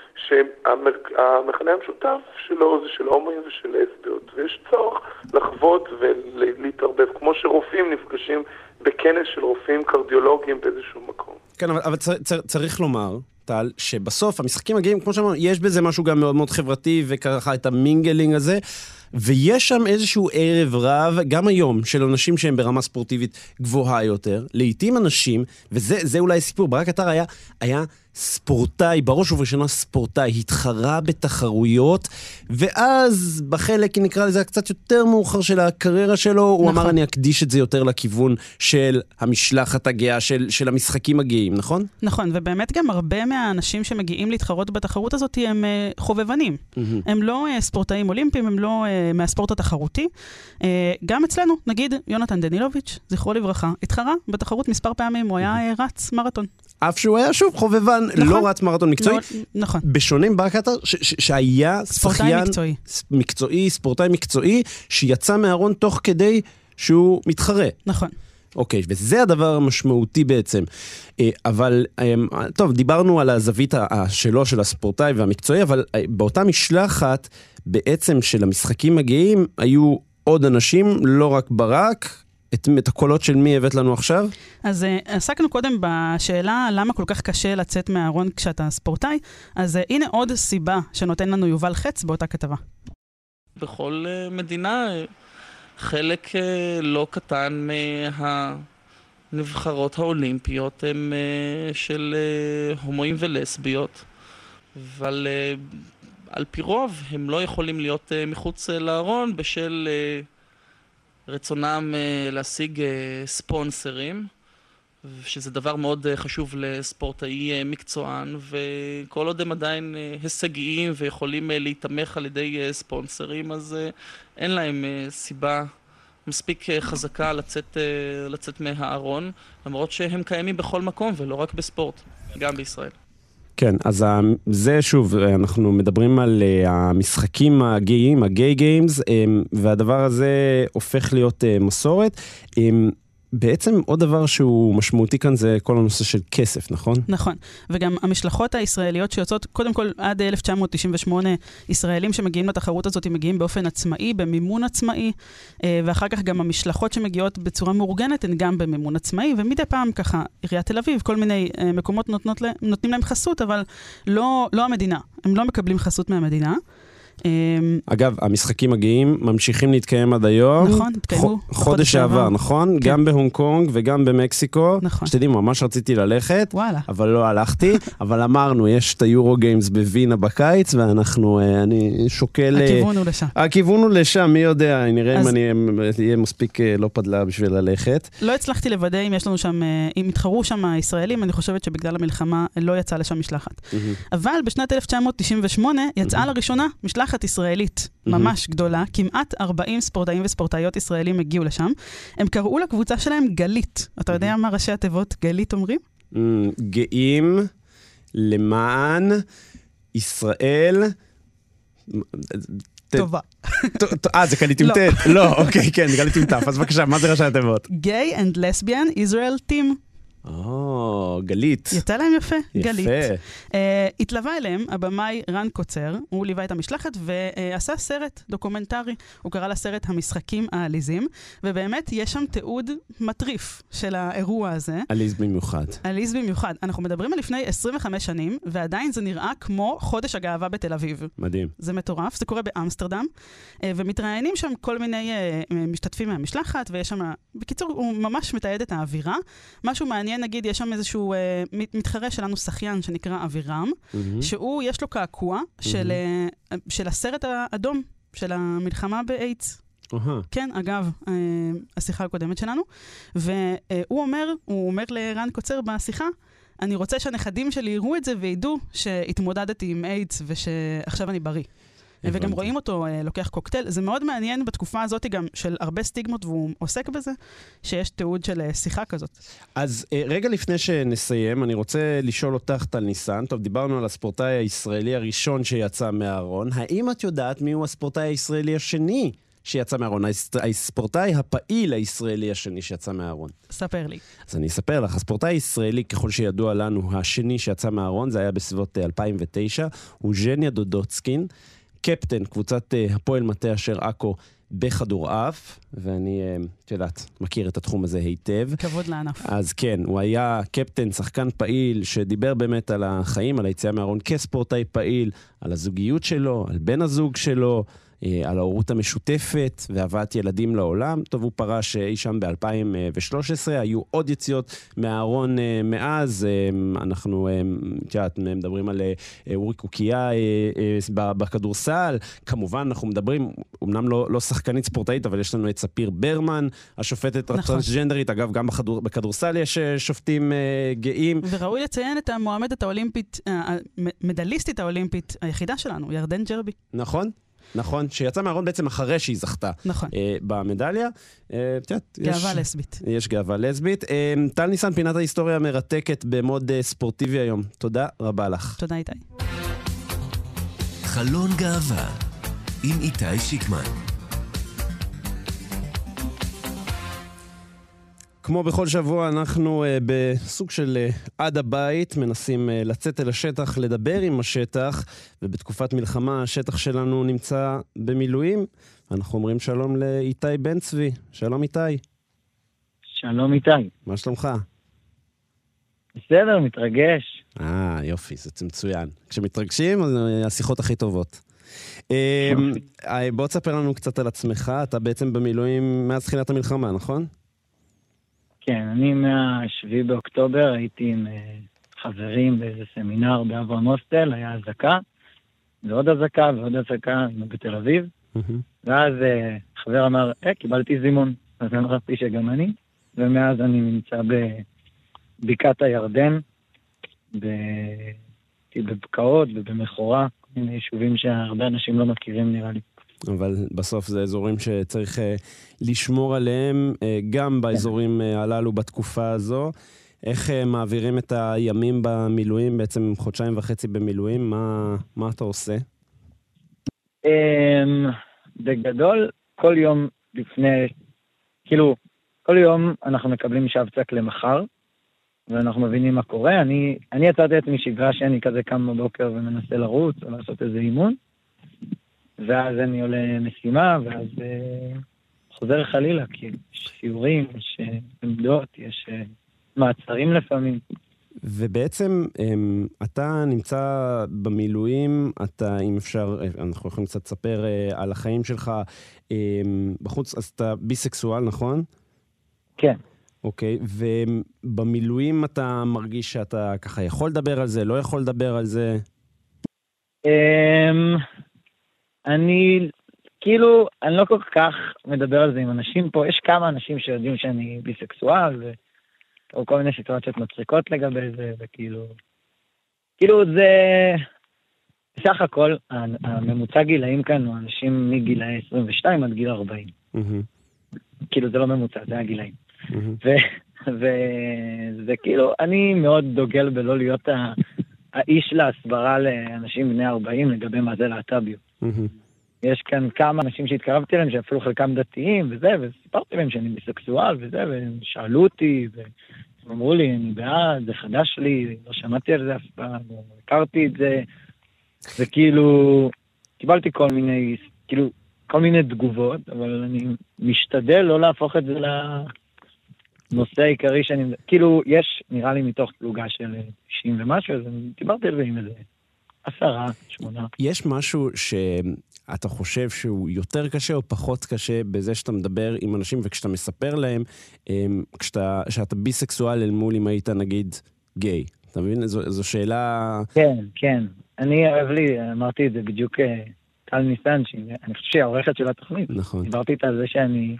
S9: שהמכנה המשותף שלו זה של הומואים ושל לסביות, ויש צורך לחוות ולהתערבב, כמו שרופאים נפגשים בכנס של רופאים קרדיולוגיים באיזשהו מקום.
S3: כן, אבל, אבל צר, צר, צריך לומר, טל, שבסוף המשחקים מגיעים, כמו שאמרנו, יש בזה משהו גם מאוד מאוד חברתי, וככה את המינגלינג הזה, ויש שם איזשהו ערב רב, גם היום, של אנשים שהם ברמה ספורטיבית גבוהה יותר, לעתים אנשים, וזה זה אולי סיפור, ברק עטר היה, היה ספורטאי, בראש ובראשונה ספורטאי, התחרה בתחרויות, ואז בחלק, נקרא לזה קצת יותר מאוחר של הקריירה שלו, נכון. הוא אמר, אני אקדיש את זה יותר לכיוון של המשלחת הגאה, של, של המשחקים הגאים, נכון?
S7: נכון, ובאמת גם הרבה מהאנשים שמגיעים להתחרות בתחרות הזאת הם uh, חובבנים. Mm-hmm. הם לא uh, ספורטאים אולימפיים, הם לא uh, מהספורט התחרותי. Uh, גם אצלנו, נגיד, יונתן דנילוביץ', זכרו לברכה, התחרה בתחרות מספר פעמים, הוא היה uh, רץ מרתון.
S3: אף שהוא היה שוב חובבן, נכון. לא רץ מרתון מקצועי.
S7: לא, נכון.
S3: בשונה מברק קטר, ש- ש- שהיה שחיין
S7: מקצועי.
S3: מקצועי, ספורטאי מקצועי, שיצא מהארון תוך כדי שהוא מתחרה.
S7: נכון.
S3: אוקיי, וזה הדבר המשמעותי בעצם. אבל, טוב, דיברנו על הזווית שלו, של הספורטאי והמקצועי, אבל באותה משלחת, בעצם של המשחקים הגאים, היו עוד אנשים, לא רק ברק. את, את הקולות של מי הבאת לנו עכשיו?
S7: אז עסקנו קודם בשאלה למה כל כך קשה לצאת מהארון כשאתה ספורטאי, אז הנה עוד סיבה שנותן לנו יובל חץ באותה כתבה.
S10: בכל מדינה חלק לא קטן מהנבחרות האולימפיות הם של הומואים ולסביות, אבל על פי רוב הם לא יכולים להיות מחוץ לארון בשל רצונם להשיג ספונסרים, שזה דבר מאוד חשוב לספורטאי מקצוען, וכל עוד הם עדיין הישגיים ויכולים להתמך על ידי ספונסרים, אז אין להם סיבה מספיק חזקה לצאת, לצאת מהארון, למרות שהם קיימים בכל מקום ולא רק בספורט, גם בישראל.
S3: כן, אז זה שוב, אנחנו מדברים על המשחקים הגאים, הגיי גיימס, והדבר הזה הופך להיות מסורת. בעצם עוד דבר שהוא משמעותי כאן זה כל הנושא של כסף, נכון?
S7: נכון, וגם המשלחות הישראליות שיוצאות, קודם כל עד אלף תשע מאות תשעים ושמונה, ישראלים שמגיעים לתחרות הזאת, הם מגיעים באופן עצמאי, במימון עצמאי, ואחר כך גם המשלחות שמגיעות בצורה מאורגנת, הן גם במימון עצמאי, ומדי פעם ככה, עיריית תל אביב, כל מיני מקומות נותנות, נותנים להם חסות, אבל לא, לא המדינה, הם לא מקבלים חסות מהמדינה.
S3: אגב, המשחקים הגאים ממשיכים להתקיים עד היום.
S7: נכון, התקיימו.
S3: חודש שעבר, נכון? גם בהונג קונג וגם במקסיקו.
S7: נכון.
S3: שתדעים, ממש רציתי ללכת,
S7: וואלה.
S3: אבל לא הלכתי. אבל אמרנו, יש את היורו גיימס בווינה בקיץ, ואנחנו, אני שוקל...
S7: הכיוון הוא לשם.
S3: הכיוון הוא לשם, מי יודע, נראה אם אני אהיה מספיק לא פדלה בשביל ללכת.
S7: לא הצלחתי לוודא אם יש לנו שם, אם התחרו שם הישראלים, אני חושבת שבגלל המלחמה לא יצא לשם משלחת. אבל בשנת אלף תשע מאות תשעים ושמונה יצאה לראשונה משלחת ישראלית ממש גדולה, כמעט ארבעים ספורטאים וספורטאיות ישראלים הגיעו לשם. הם קראו לקבוצה שלהם גלית. אתה יודע מה ראשי התיבות גלית אומרים?
S3: גאים למען ישראל...
S7: טובה.
S3: אה, זה גלית עם ט'. לא, אוקיי, כן, גלית עם ת'. אז בבקשה, מה זה ראשי התיבות?
S7: Gay and Lesbian Israel Team.
S3: או, גלית.
S7: יצא להם יפה, גלית.
S3: יפה.
S7: Uh, התלווה אליהם הבמאי רן קוצר, הוא ליווה את המשלחת ועשה סרט דוקומנטרי. הוא קרא לסרט המשחקים העליזים, ובאמת יש שם תיעוד מטריף של האירוע הזה.
S3: עליז במיוחד.
S7: עליז במיוחד. אנחנו מדברים על לפני עשרים וחמש שנים, ועדיין זה נראה כמו חודש הגאווה בתל אביב.
S3: מדהים.
S7: זה מטורף, זה קורה באמסטרדם, ומתראיינים שם כל מיני משתתפים מהמשלחת, ויש שם, בקיצור, הוא ממש מתעד את האווירה. משהו מעניין, נגיד, יש שם איזשהו אה, מתחרה שלנו, שחיין, שנקרא אבירם, mm-hmm. שהוא, יש לו קעקוע mm-hmm. של, אה, של הסרט האדום, של המלחמה באיידס. Uh-huh. כן, אגב, אה, השיחה הקודמת שלנו. והוא אומר, הוא אומר לרן קוצר בשיחה, אני רוצה שהנכדים שלי יראו את זה וידעו שהתמודדתי עם איידס ושעכשיו אני בריא. וגם רואים אותו לוקח קוקטייל. זה מאוד מעניין בתקופה הזאת גם של הרבה סטיגמות, והוא עוסק בזה, שיש תיעוד של שיחה כזאת.
S3: אז רגע לפני שנסיים, אני רוצה לשאול אותך, טל ניסן. טוב, דיברנו על הספורטאי הישראלי הראשון שיצא מהארון. האם את יודעת מי הוא הספורטאי הישראלי השני שיצא מהארון? הספורטאי הפעיל הישראלי השני שיצא מהארון.
S7: ספר לי.
S3: אז אני אספר לך. הספורטאי הישראלי, ככל שידוע לנו, השני שיצא מהארון, זה היה בסביבות אלפיים ותשע, הוא ז'ניה דודוצקין, קפטן קבוצת הפועל מטה אשר עכו בכדורעף, ואני, את יודעת, מכיר את התחום הזה היטב.
S7: כבוד לענף.
S3: אז כן, הוא היה קפטן, שחקן פעיל, שדיבר באמת על החיים, על היציאה מהארון כספורטאי פעיל, על הזוגיות שלו, על בן הזוג שלו, על ההורות המשותפת והבאת ילדים לעולם. טוב, הוא פרש אי שם ב-אלפיים ושלוש עשרה, היו עוד יציאות מהארון מאז. אנחנו, תיאת, מדברים על אורי קוקיה בכדורסל. כמובן, אנחנו מדברים, אמנם לא, לא שחקנית ספורטאית, אבל יש לנו את ספיר ברמן, השופטת הטרנסג'נדרית. אגב, גם בכדור, בכדורסל יש שופטים גאים.
S7: וראוי לציין את המועמדת האולימפית, המדליסטית האולימפית היחידה שלנו, ירדן ג'רבי.
S3: נכון. נכון, שיצא מהארון בעצם אחרי שהיא זכתה.
S7: נכון.
S3: אה, במדליה. אה, תיאת,
S7: גאווה
S3: יש,
S7: לסבית.
S3: יש גאווה לסבית. אה, טל ניסן, פינת ההיסטוריה מרתקת במוד אה, ספורטיבי היום. תודה רבה לך.
S7: תודה איתי.
S2: חלון גאווה עם איתי שיקמן.
S3: כמו בכל שבוע אנחנו uh, בסוג של uh, עד הבית, מנסים uh, לצאת אל השטח, לדבר עם השטח, ובתקופת מלחמה השטח שלנו נמצא במילואים. אנחנו אומרים שלום לאיתי בן צבי. שלום איתי.
S11: שלום איתי.
S3: מה שלומך?
S11: בסדר, מתרגש.
S3: אה, יופי, זה מצוין. כשמתרגשים, אז השיחות הכי טובות. uh, בוא תספר לנו קצת על עצמך, אתה בעצם במילואים מאז תחילת המלחמה, נכון?
S11: כן, אני מהשביעי באוקטובר הייתי עם uh, חברים באיזה סמינר באברהם הוסטל, היה הזקה, ועוד הזקה ועוד הזקה בתל אביב, mm-hmm. ואז uh, חבר אמר, אה, קיבלתי זימון, אז אמרתי שגם אני, ומאז אני נמצא בבקעת הירדן, בבקעות ובמחורה, כל מיני יישובים שהרבה אנשים לא מכירים נראה לי.
S3: אבל בסוף זה אזורים שצריך uh, לשמור עליהם, uh, גם באזורים uh, הללו בתקופה הזו. איך uh, מעבירים את הימים במילואים, בעצם חודשיים וחצי במילואים? מה, מה אתה עושה?
S11: Um, בגדול, כל יום לפני, כאילו, כל יום אנחנו מקבלים שבצק למחר, ואנחנו מבינים מה קורה. אני, אני יצאתי את משגרה שאני כזה קם בבוקר ומנסה לרוץ או לעשות איזה אימון, ואז אני עולה משימה, ואז uh, חוזר חלילה, כי יש סיורים, יש עמדות, יש uh, מעצרים לפעמים.
S3: ובעצם um, אתה נמצא במילואים, אתה, אם אפשר, אנחנו יכולים קצת לספר uh, על החיים שלך um, בחוץ, אז אתה ביסקסואל, נכון?
S11: כן.
S3: אוקיי, ובמילואים אתה מרגיש שאתה ככה יכול לדבר על זה, לא יכול לדבר על זה?
S11: אמ... אני, כאילו, אני לא כל כך מדבר על זה עם אנשים פה. יש כמה אנשים שיודעים שאני ביסקסואל, ו... או כל מיני סיטואציות מצחיקות לגבי זה, וכאילו... כאילו זה... בסך הכל, הממוצע גילאים כאן הוא אנשים מגילאי עשרים ושתיים עד גיל ארבעים. Mm-hmm. כאילו זה לא ממוצע, זה הגילאים. Mm-hmm. ו... וזה כאילו, אני מאוד דוגל בלא להיות ה... האיש להסברה לאנשים בני ארבעים לגבי מה זה להט"ביות. Mm-hmm. יש כאן כמה אנשים שהתקרבתי להם, שאפילו חלקם דתיים וזה, וסיפרתי להם שאני ביסקסואל וזה, והם שאלו אותי, והם אמרו לי, אני בעד, זה חדש לי, לא שמעתי על זה אף פעם, לא הכרתי את זה, וכאילו, קיבלתי כל מיני, כאילו, כל מיני תגובות, אבל אני משתדל לא להפוך את זה לנושא העיקרי שאני, כאילו, יש, נראה לי מתוך פלוגה של תשעים ומשהו, אז אני דיברתי על זה עם איזה עשרה, שמונה.
S3: יש משהו שאתה חושב שהוא יותר קשה או פחות קשה בזה שאתה מדבר עם אנשים וכשאתה מספר להם, כשאתה, שאתה ביסקסואל אל מול אם היית נגיד גיי? אתה מבין? זו, זו שאלה...
S11: כן, כן. אני אוהב לי, אמרתי את זה בדיוק טל ניסן, שאני חושב שהיא העורכת של התוכנית.
S3: נכון.
S11: דיברתי איתה על זה שאני,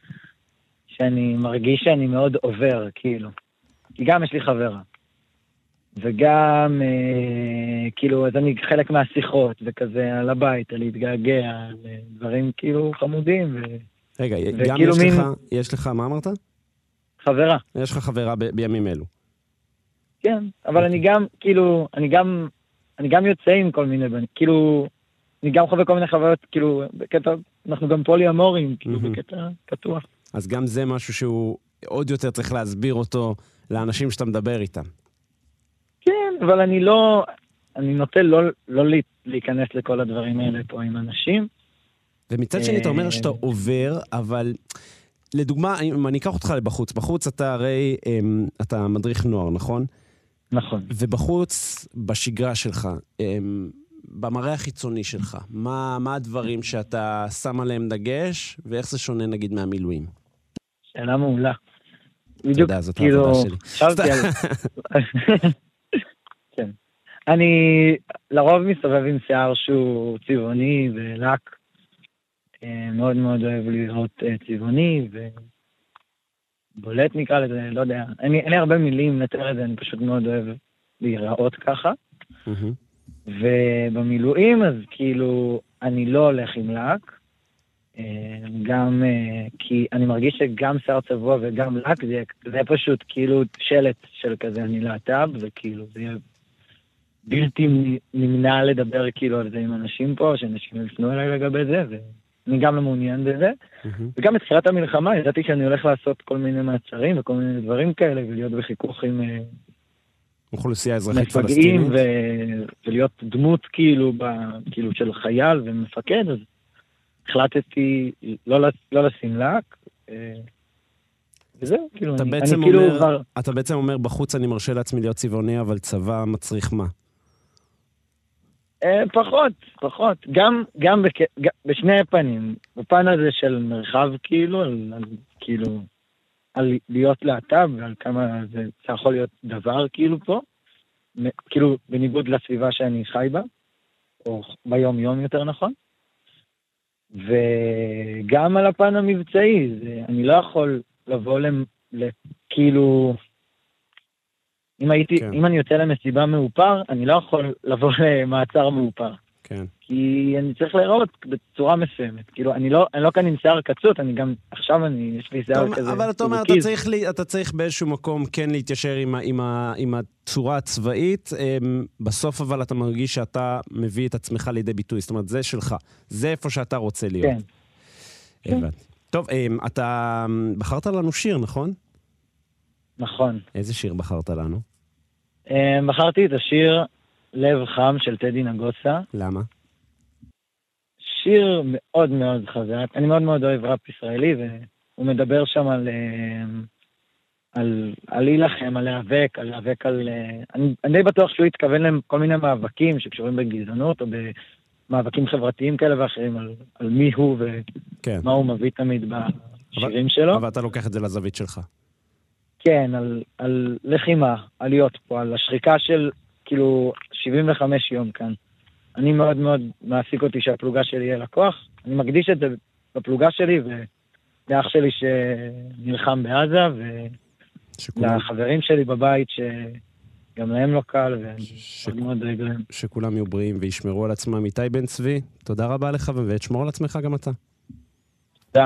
S11: שאני מרגיש שאני מאוד עובר, כאילו. כי גם יש לי חברה. וגם, אה, כאילו, אז אני חלק מהשיחות, וכזה על הבית, על להתגעגע, על דברים כאילו חמודים. ו...
S3: רגע, גם יש מין... לך, יש לך, מה אמרת?
S11: חברה.
S3: יש לך חברה ב- בימים אלו.
S11: כן, אבל אני גם, כאילו, אני גם, אני גם יוצא עם כל מיני, כאילו, אני גם חווה כל מיני חוויות, כאילו, בקטע, אנחנו גם פולי-אמורים, כאילו, בקטע פתוח.
S3: אז גם זה משהו שהוא עוד יותר צריך להסביר אותו לאנשים שאתה מדבר איתם.
S11: כן, אבל אני לא, אני נוטה לא, לא להיכנס לכל הדברים האלה פה עם אנשים.
S3: ומצד שני אתה אומר שאתה עובר, אבל לדוגמה, אם אני אקח אותך לבחוץ, בחוץ אתה הרי, אתה מדריך נוער, נכון?
S11: נכון.
S3: ובחוץ, בשגרה שלך, במראה החיצוני שלך, מה, מה הדברים שאתה שם עליהם דגש, ואיך זה שונה נגיד מהמילואים?
S11: שאלה מעולה.
S3: אתה יודע, זאת העבודה שלי.
S11: חשבתי על... כן. אני לרוב מסתובב עם שיער שהוא צבעוני ולק. מאוד מאוד אוהב לראות צבעוני ובולט נקרא לזה, לא יודע. אין לי הרבה מילים לתאר את זה, אני פשוט מאוד אוהב להיראות ככה. ובמילואים אז כאילו, אני לא הולך עם לק, גם כי אני מרגיש שגם שיער צבוע וגם לק, זה, זה פשוט כאילו שלט של כזה, אני להט"ב, וכאילו זה יהיה בלתי נמנע לדבר כאילו על זה עם אנשים פה, שאנשים יפנו אליי לגבי זה, ואני גם לא מעוניין בזה. Mm-hmm. וגם בתחילת המלחמה ידעתי שאני הולך לעשות כל מיני מעצרים וכל מיני דברים כאלה, ולהיות בחיכוך עם
S3: אוכלוסייה אזרחית פלסטינית.
S11: ו... ולהיות דמות כאילו, ב... כאילו של חייל ומפקד, אז החלטתי לא, לא לשים לק, וזהו, כאילו,
S3: אתה
S11: אני,
S3: בעצם
S11: אני כאילו
S3: אומר,
S11: כבר...
S3: אתה בעצם אומר, בחוץ אני מרשה לעצמי להיות צבעוני, אבל צבא מצריך מה?
S11: אה, פחות, פחות. גם, גם בק... בשני פנים. בפן הזה של מרחב, כאילו, על, על, כאילו, על להיות להט"ב, ועל כמה זה, זה יכול להיות דבר, כאילו, פה. כאילו, בניגוד לסביבה שאני חי בה, או ביום-יום יותר נכון. וגם על הפן המבצעי, זה, אני לא יכול לבוא לכאילו, אם הייתי, כן. אם אני יוצא למסיבה מאופר, אני לא יכול לבוא למעצר מאופר.
S3: כן.
S11: כי אני צריך להיראות בצורה מסוימת. כאילו, אני לא, אני לא כאן עם שיער קצות, אני גם, עכשיו אני, יש לי שיער כזה.
S3: אבל אתה אומר, אתה צריך, אתה צריך באיזשהו מקום כן להתיישר עם, עם, עם הצורה הצבאית, בסוף אבל אתה מרגיש שאתה מביא את עצמך לידי ביטוי, זאת אומרת, זה שלך. זה איפה שאתה רוצה להיות.
S11: כן.
S3: הבנתי. טוב, אתה בחרת לנו שיר, נכון?
S11: נכון.
S3: איזה שיר בחרת לנו?
S11: בחרתי את השיר לב חם של טדי נגוסה.
S3: למה?
S11: שיר מאוד מאוד חזק. אני מאוד מאוד אוהב ראפ ישראלי, והוא מדבר שם על על, על להילחם, על להיאבק, על להיאבק על... אני, אני די בטוח שהוא התכוון להם כל מיני מאבקים שקשורים בגזענות, או במאבקים חברתיים כאלה ואחרים, על, על מי הוא ומה
S3: כן.
S11: הוא מביא תמיד בשירים
S3: אבל,
S11: שלו.
S3: אבל אתה לוקח את זה לזווית שלך.
S11: כן, על, על לחימה, על להיות פה, על השריקה של כאילו שבעים וחמישה יום כאן. אני מאוד מאוד מעסיק אותי שהפלוגה שלי יהיה לקוח. אני מקדיש את זה בפלוגה שלי ולאח שלי שנלחם בעזה, ולחברים שלי בבית שגם להם לא קל, ואני ש... מאוד מאוד דואג להם.
S3: שכולם יהיו בריאים וישמרו על עצמם. איתי בן צבי, תודה רבה לך, ותשמור על עצמך גם אתה.
S11: תודה.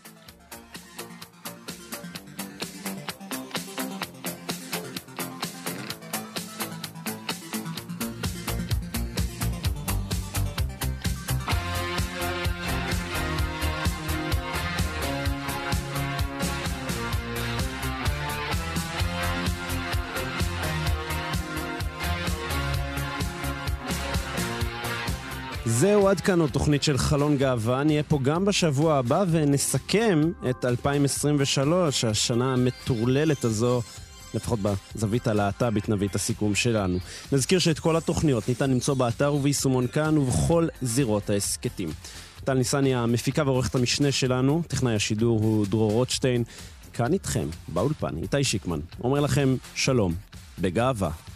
S3: זהו, עד כאן עוד תוכנית של חלון גאווה. נהיה פה גם בשבוע הבא ונסכם את אלפיים עשרים ושלוש, השנה המטורללת הזו, לפחות בזווית הלהט"בית נביא את הסיכום שלנו. נזכיר שאת כל התוכניות ניתן למצוא באתר וביישומון כאן ובכל זירות העסקתים. טל ניסני המפיקה ועורכת המשנה שלנו, טכנאי השידור הוא דרור רוטשטיין. כאן איתכם, באולפן, איתי שיקמן. אומר לכם שלום, בגאווה.